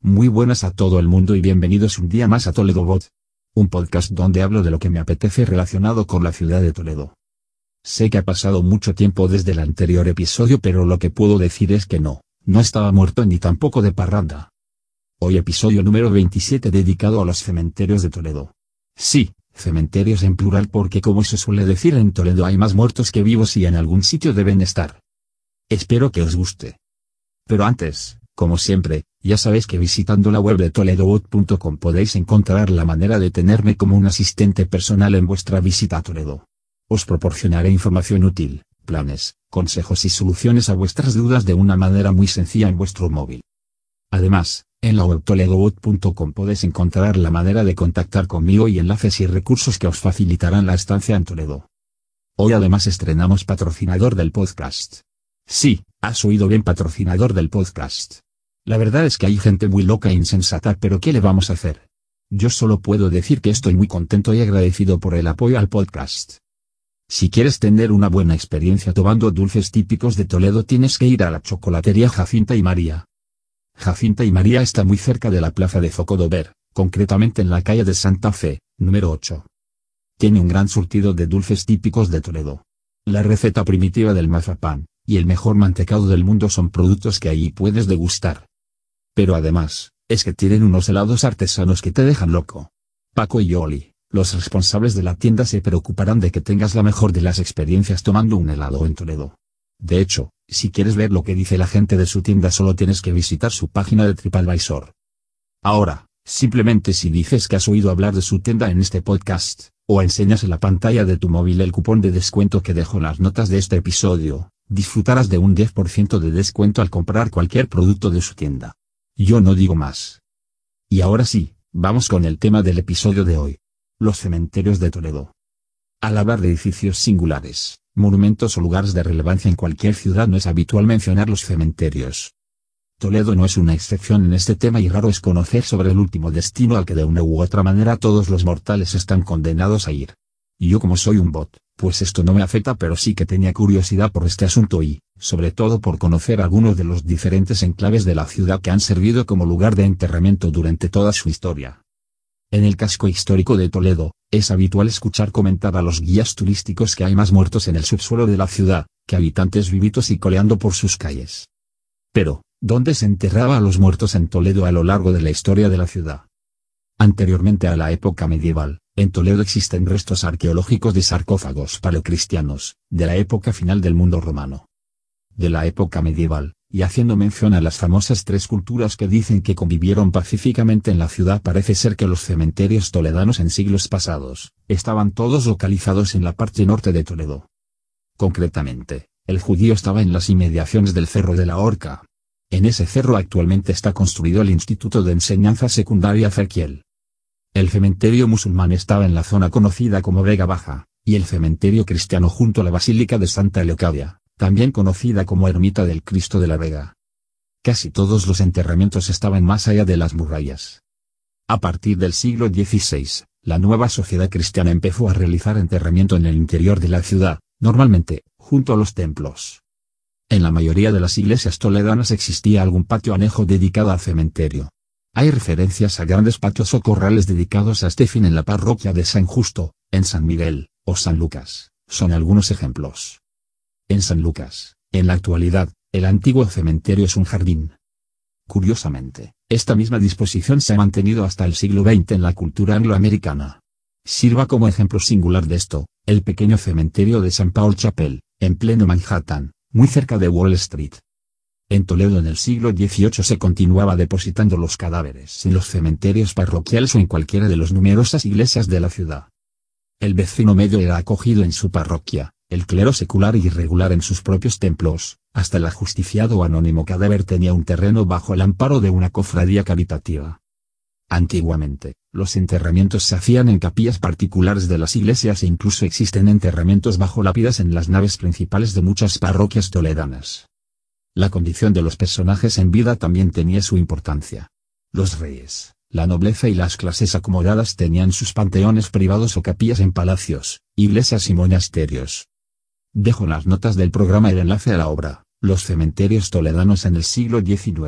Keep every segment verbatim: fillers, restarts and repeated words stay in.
Muy buenas a todo el mundo y bienvenidos un día más a Toledo Bot, un podcast donde hablo de lo que me apetece relacionado con la ciudad de Toledo. Sé que ha pasado mucho tiempo desde el anterior episodio, pero lo que puedo decir es que no, no estaba muerto ni tampoco de parranda. Hoy episodio número veintisiete dedicado a los cementerios de Toledo. Sí, cementerios en plural porque como se suele decir en Toledo hay más muertos que vivos y en algún sitio deben estar. Espero que os guste. Pero antes, como siempre, ya sabéis que visitando la web de toledobot punto com podéis encontrar la manera de tenerme como un asistente personal en vuestra visita a Toledo. Os proporcionaré información útil, planes, consejos y soluciones a vuestras dudas de una manera muy sencilla en vuestro móvil. Además, en la web toledobot punto com podéis encontrar la manera de contactar conmigo y enlaces y recursos que os facilitarán la estancia en Toledo. Hoy además estrenamos patrocinador del podcast. Sí, has oído bien, patrocinador del podcast. La verdad es que hay gente muy loca e insensata, pero ¿qué le vamos a hacer? Yo solo puedo decir que estoy muy contento y agradecido por el apoyo al podcast. Si quieres tener una buena experiencia tomando dulces típicos de Toledo, tienes que ir a la chocolatería Jacinta y María. Jacinta y María está muy cerca de la plaza de Zocodover, concretamente en la calle de Santa Fe, número ocho. Tiene un gran surtido de dulces típicos de Toledo. La receta primitiva del mazapán y el mejor mantecado del mundo son productos que allí puedes degustar. Pero además, es que tienen unos helados artesanos que te dejan loco. Paco y Yoli, los responsables de la tienda, se preocuparán de que tengas la mejor de las experiencias tomando un helado en Toledo. De hecho, si quieres ver lo que dice la gente de su tienda, solo tienes que visitar su página de TripAdvisor. Ahora, simplemente si dices que has oído hablar de su tienda en este podcast, o enseñas en la pantalla de tu móvil el cupón de descuento que dejo en las notas de este episodio, disfrutarás de un diez por ciento de descuento al comprar cualquier producto de su tienda. Yo no digo más. Y ahora sí, vamos con el tema del episodio de hoy. Los cementerios de Toledo. Al hablar de edificios singulares, monumentos o lugares de relevancia en cualquier ciudad, no es habitual mencionar los cementerios. Toledo no es una excepción en este tema y raro es conocer sobre el último destino al que de una u otra manera todos los mortales están condenados a ir. Y yo, como soy un bot, pues esto no me afecta, pero sí que tenía curiosidad por este asunto y, sobre todo, por conocer algunos de los diferentes enclaves de la ciudad que han servido como lugar de enterramiento durante toda su historia. En el casco histórico de Toledo, es habitual escuchar comentar a los guías turísticos que hay más muertos en el subsuelo de la ciudad, que habitantes vivitos y coleando por sus calles. Pero, ¿dónde se enterraba a los muertos en Toledo a lo largo de la historia de la ciudad? Anteriormente a la época medieval, en Toledo existen restos arqueológicos de sarcófagos paleocristianos, de la época final del mundo romano. De la época medieval, y haciendo mención a las famosas tres culturas que dicen que convivieron pacíficamente en la ciudad, parece ser que los cementerios toledanos en siglos pasados, estaban todos localizados en la parte norte de Toledo. Concretamente, el judío estaba en las inmediaciones del Cerro de la Horca. En ese cerro actualmente está construido el Instituto de Enseñanza Secundaria Ezequiel. El cementerio musulmán estaba en la zona conocida como Vega Baja, y el cementerio cristiano junto a la Basílica de Santa Leocadia, también conocida como Ermita del Cristo de la Vega. Casi todos los enterramientos estaban más allá de las murallas. A partir del siglo dieciséis, la nueva sociedad cristiana empezó a realizar enterramiento en el interior de la ciudad, normalmente, junto a los templos. En la mayoría de las iglesias toledanas existía algún patio anejo dedicado al cementerio. Hay referencias a grandes patios o corrales dedicados a este fin en la parroquia de San Justo, en San Miguel, o San Lucas, son algunos ejemplos. En San Lucas, en la actualidad, el antiguo cementerio es un jardín. Curiosamente, esta misma disposición se ha mantenido hasta el siglo veinte en la cultura angloamericana. Sirva como ejemplo singular de esto, el pequeño cementerio de Saint Paul Chapel, en pleno Manhattan, muy cerca de Wall Street. En Toledo en el siglo dieciocho se continuaba depositando los cadáveres en los cementerios parroquiales o en cualquiera de las numerosas iglesias de la ciudad. El vecino medio era acogido en su parroquia, el clero secular y irregular en sus propios templos, hasta el ajusticiado o anónimo cadáver tenía un terreno bajo el amparo de una cofradía caritativa. Antiguamente, los enterramientos se hacían en capillas particulares de las iglesias e incluso existen enterramientos bajo lápidas en las naves principales de muchas parroquias toledanas. La condición de los personajes en vida también tenía su importancia. Los reyes, la nobleza y las clases acomodadas tenían sus panteones privados o capillas en palacios, iglesias y monasterios. Dejo en las notas del programa el enlace a la obra, Los cementerios toledanos en el siglo diecinueve,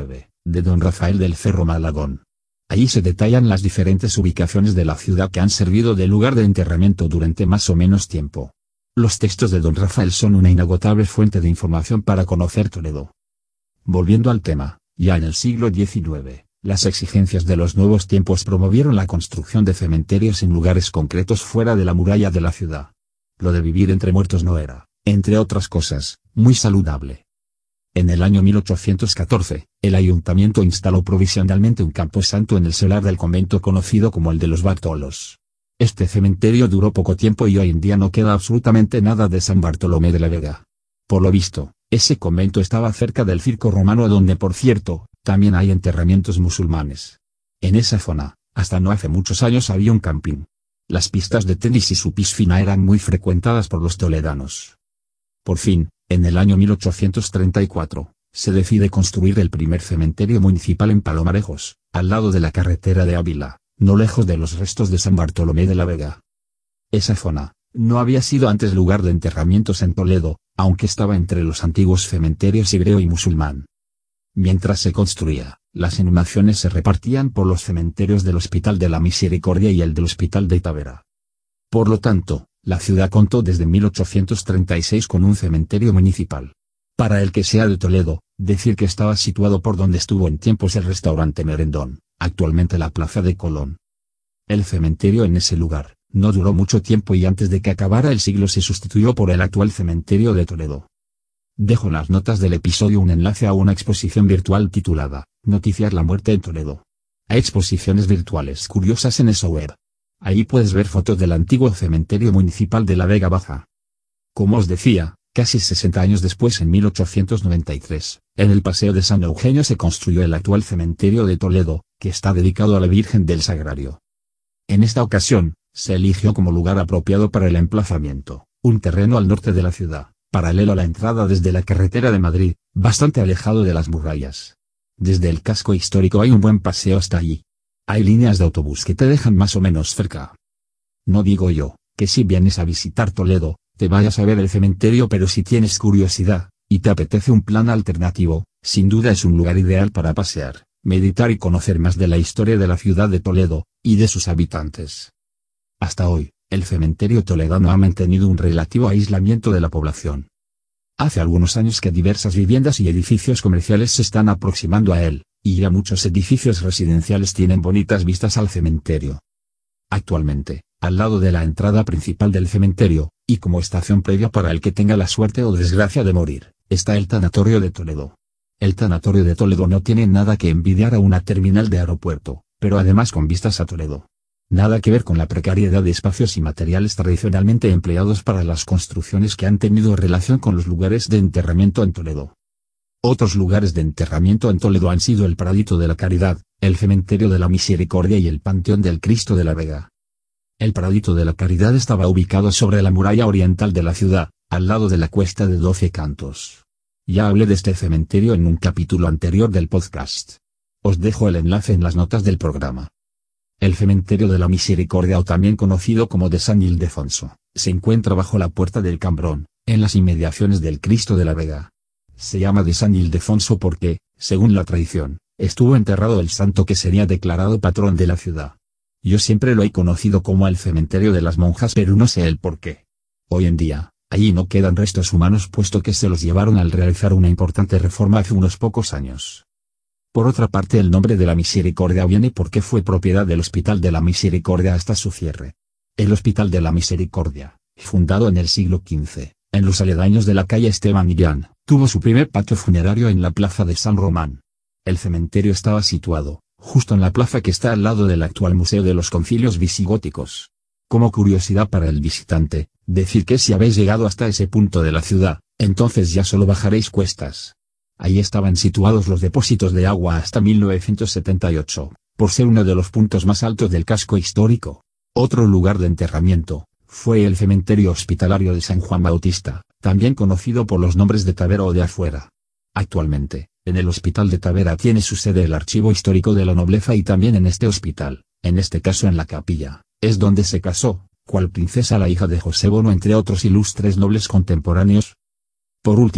de don Rafael del Cerro Malagón. Allí se detallan las diferentes ubicaciones de la ciudad que han servido de lugar de enterramiento durante más o menos tiempo. Los textos de don Rafael son una inagotable fuente de información para conocer Toledo. Volviendo al tema, ya en el siglo diecinueve, las exigencias de los nuevos tiempos promovieron la construcción de cementerios en lugares concretos fuera de la muralla de la ciudad. Lo de vivir entre muertos no era, entre otras cosas, muy saludable. En el año mil ochocientos catorce, el ayuntamiento instaló provisionalmente un camposanto en el solar del convento conocido como el de los Bartolos. Este cementerio duró poco tiempo y hoy en día no queda absolutamente nada de San Bartolomé de la Vega. Por lo visto, ese convento estaba cerca del circo romano donde por cierto, también hay enterramientos musulmanes. En esa zona, hasta no hace muchos años había un camping. Las pistas de tenis y su piscina eran muy frecuentadas por los toledanos. Por fin, en el año mil ochocientos treinta y cuatro, se decide construir el primer cementerio municipal en Palomarejos, al lado de la carretera de Ávila, no lejos de los restos de San Bartolomé de la Vega. Esa zona, no había sido antes lugar de enterramientos en Toledo, aunque estaba entre los antiguos cementerios hebreo y musulmán. Mientras se construía, las inhumaciones se repartían por los cementerios del Hospital de la Misericordia y el del Hospital de Tavera. Por lo tanto, la ciudad contó desde mil ochocientos treinta y seis con un cementerio municipal. Para el que sea de Toledo, decir que estaba situado por donde estuvo en tiempos el restaurante Merendón, actualmente la Plaza de Colón. El cementerio en ese lugar, no duró mucho tiempo y antes de que acabara el siglo se sustituyó por el actual cementerio de Toledo. Dejo en las notas del episodio un enlace a una exposición virtual titulada, Noticiar la muerte en Toledo. Hay exposiciones virtuales curiosas en esa web. Ahí puedes ver fotos del antiguo cementerio municipal de la Vega Baja. Como os decía, casi sesenta años después en mil ochocientos noventa y tres, en el Paseo de San Eugenio se construyó el actual cementerio de Toledo, que está dedicado a la Virgen del Sagrario. En esta ocasión, se eligió como lugar apropiado para el emplazamiento, un terreno al norte de la ciudad, paralelo a la entrada desde la carretera de Madrid, bastante alejado de las murallas. Desde el casco histórico hay un buen paseo hasta allí. Hay líneas de autobús que te dejan más o menos cerca. No digo yo, que si vienes a visitar Toledo, te vayas a ver el cementerio, pero si tienes curiosidad, y te apetece un plan alternativo, sin duda es un lugar ideal para pasear, meditar y conocer más de la historia de la ciudad de Toledo, y de sus habitantes. Hasta hoy, el cementerio toledano ha mantenido un relativo aislamiento de la población. Hace algunos años que diversas viviendas y edificios comerciales se están aproximando a él, y ya muchos edificios residenciales tienen bonitas vistas al cementerio. Actualmente, al lado de la entrada principal del cementerio, y como estación previa para el que tenga la suerte o desgracia de morir, está el tanatorio de Toledo. El tanatorio de Toledo no tiene nada que envidiar a una terminal de aeropuerto, pero además con vistas a Toledo. Nada que ver con la precariedad de espacios y materiales tradicionalmente empleados para las construcciones que han tenido relación con los lugares de enterramiento en Toledo. Otros lugares de enterramiento en Toledo han sido el Pradito de la Caridad, el Cementerio de la Misericordia y el Panteón del Cristo de la Vega. El Pradito de la Caridad estaba ubicado sobre la muralla oriental de la ciudad, al lado de la Cuesta de Doce Cantos. Ya hablé de este cementerio en un capítulo anterior del podcast. Os dejo el enlace en las notas del programa. El Cementerio de la Misericordia, o también conocido como de San Ildefonso, se encuentra bajo la Puerta del Cambrón, en las inmediaciones del Cristo de la Vega. Se llama de San Ildefonso porque, según la tradición, estuvo enterrado el santo que sería declarado patrón de la ciudad. Yo siempre lo he conocido como el cementerio de las monjas, pero no sé el por qué. Hoy en día, allí no quedan restos humanos puesto que se los llevaron al realizar una importante reforma hace unos pocos años. Por otra parte, el nombre de la Misericordia viene porque fue propiedad del Hospital de la Misericordia hasta su cierre. El Hospital de la Misericordia, fundado en el siglo quince, en los aledaños de la calle Esteban Illán, tuvo su primer patio funerario en la plaza de San Román. El cementerio estaba situado, justo en la plaza que está al lado del actual Museo de los Concilios Visigóticos. Como curiosidad para el visitante, decir que si habéis llegado hasta ese punto de la ciudad, entonces ya solo bajaréis cuestas. Allí estaban situados los depósitos de agua hasta mil novecientos setenta y ocho, por ser uno de los puntos más altos del casco histórico. Otro lugar de enterramiento fue el cementerio hospitalario de San Juan Bautista, también conocido por los nombres de Tavera o de Afuera. Actualmente, en el Hospital de Tavera tiene su sede el Archivo Histórico de la Nobleza, y también en este hospital, en este caso en la capilla, es donde se casó, cual princesa la hija de José Bono, entre otros ilustres nobles contemporáneos. Por último,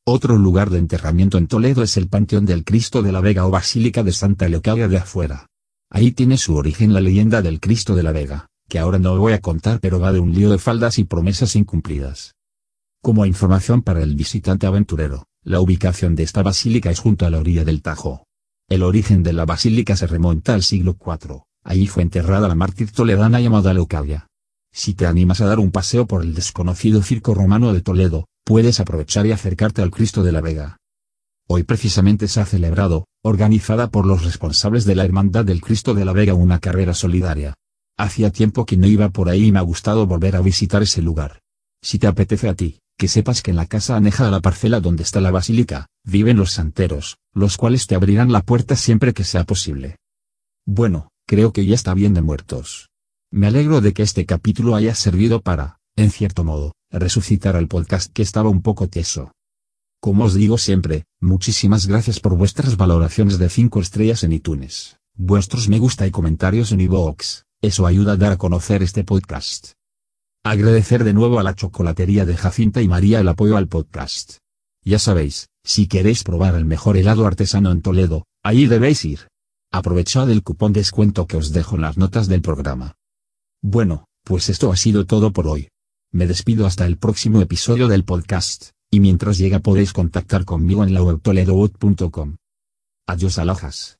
Otro lugar de enterramiento en Toledo es el Panteón del Cristo de la Vega o Basílica de Santa Leocadia de Afuera. Ahí tiene su origen la leyenda del Cristo de la Vega, que ahora no voy a contar, pero va de un lío de faldas y promesas incumplidas. Como información para el visitante aventurero, la ubicación de esta basílica es junto a la orilla del Tajo. El origen de la basílica se remonta al siglo cuarto, allí fue enterrada la mártir toledana llamada Leocadia. Si te animas a dar un paseo por el desconocido circo romano de Toledo, puedes aprovechar y acercarte al Cristo de la Vega. Hoy precisamente se ha celebrado, organizada por los responsables de la Hermandad del Cristo de la Vega, una carrera solidaria. Hacía tiempo que no iba por ahí y me ha gustado volver a visitar ese lugar. Si te apetece a ti, que sepas que en la casa aneja a la parcela donde está la basílica, viven los santeros, los cuales te abrirán la puerta siempre que sea posible. Bueno, creo que ya está bien de muertos. Me alegro de que este capítulo haya servido para, en cierto modo, resucitar al podcast que estaba un poco tieso. Como os digo siempre, muchísimas gracias por vuestras valoraciones de cinco estrellas en iTunes, vuestros me gusta y comentarios en iVoox, eso ayuda a dar a conocer este podcast. Agradecer de nuevo a la chocolatería de Jacinta y María el apoyo al podcast. Ya sabéis, si queréis probar el mejor helado artesano en Toledo, ahí debéis ir. Aprovechad el cupón descuento que os dejo en las notas del programa. Bueno, pues esto ha sido todo por hoy. Me despido hasta el próximo episodio del podcast, y mientras llega podéis contactar conmigo en la web toledobot punto com. Adiós alojas.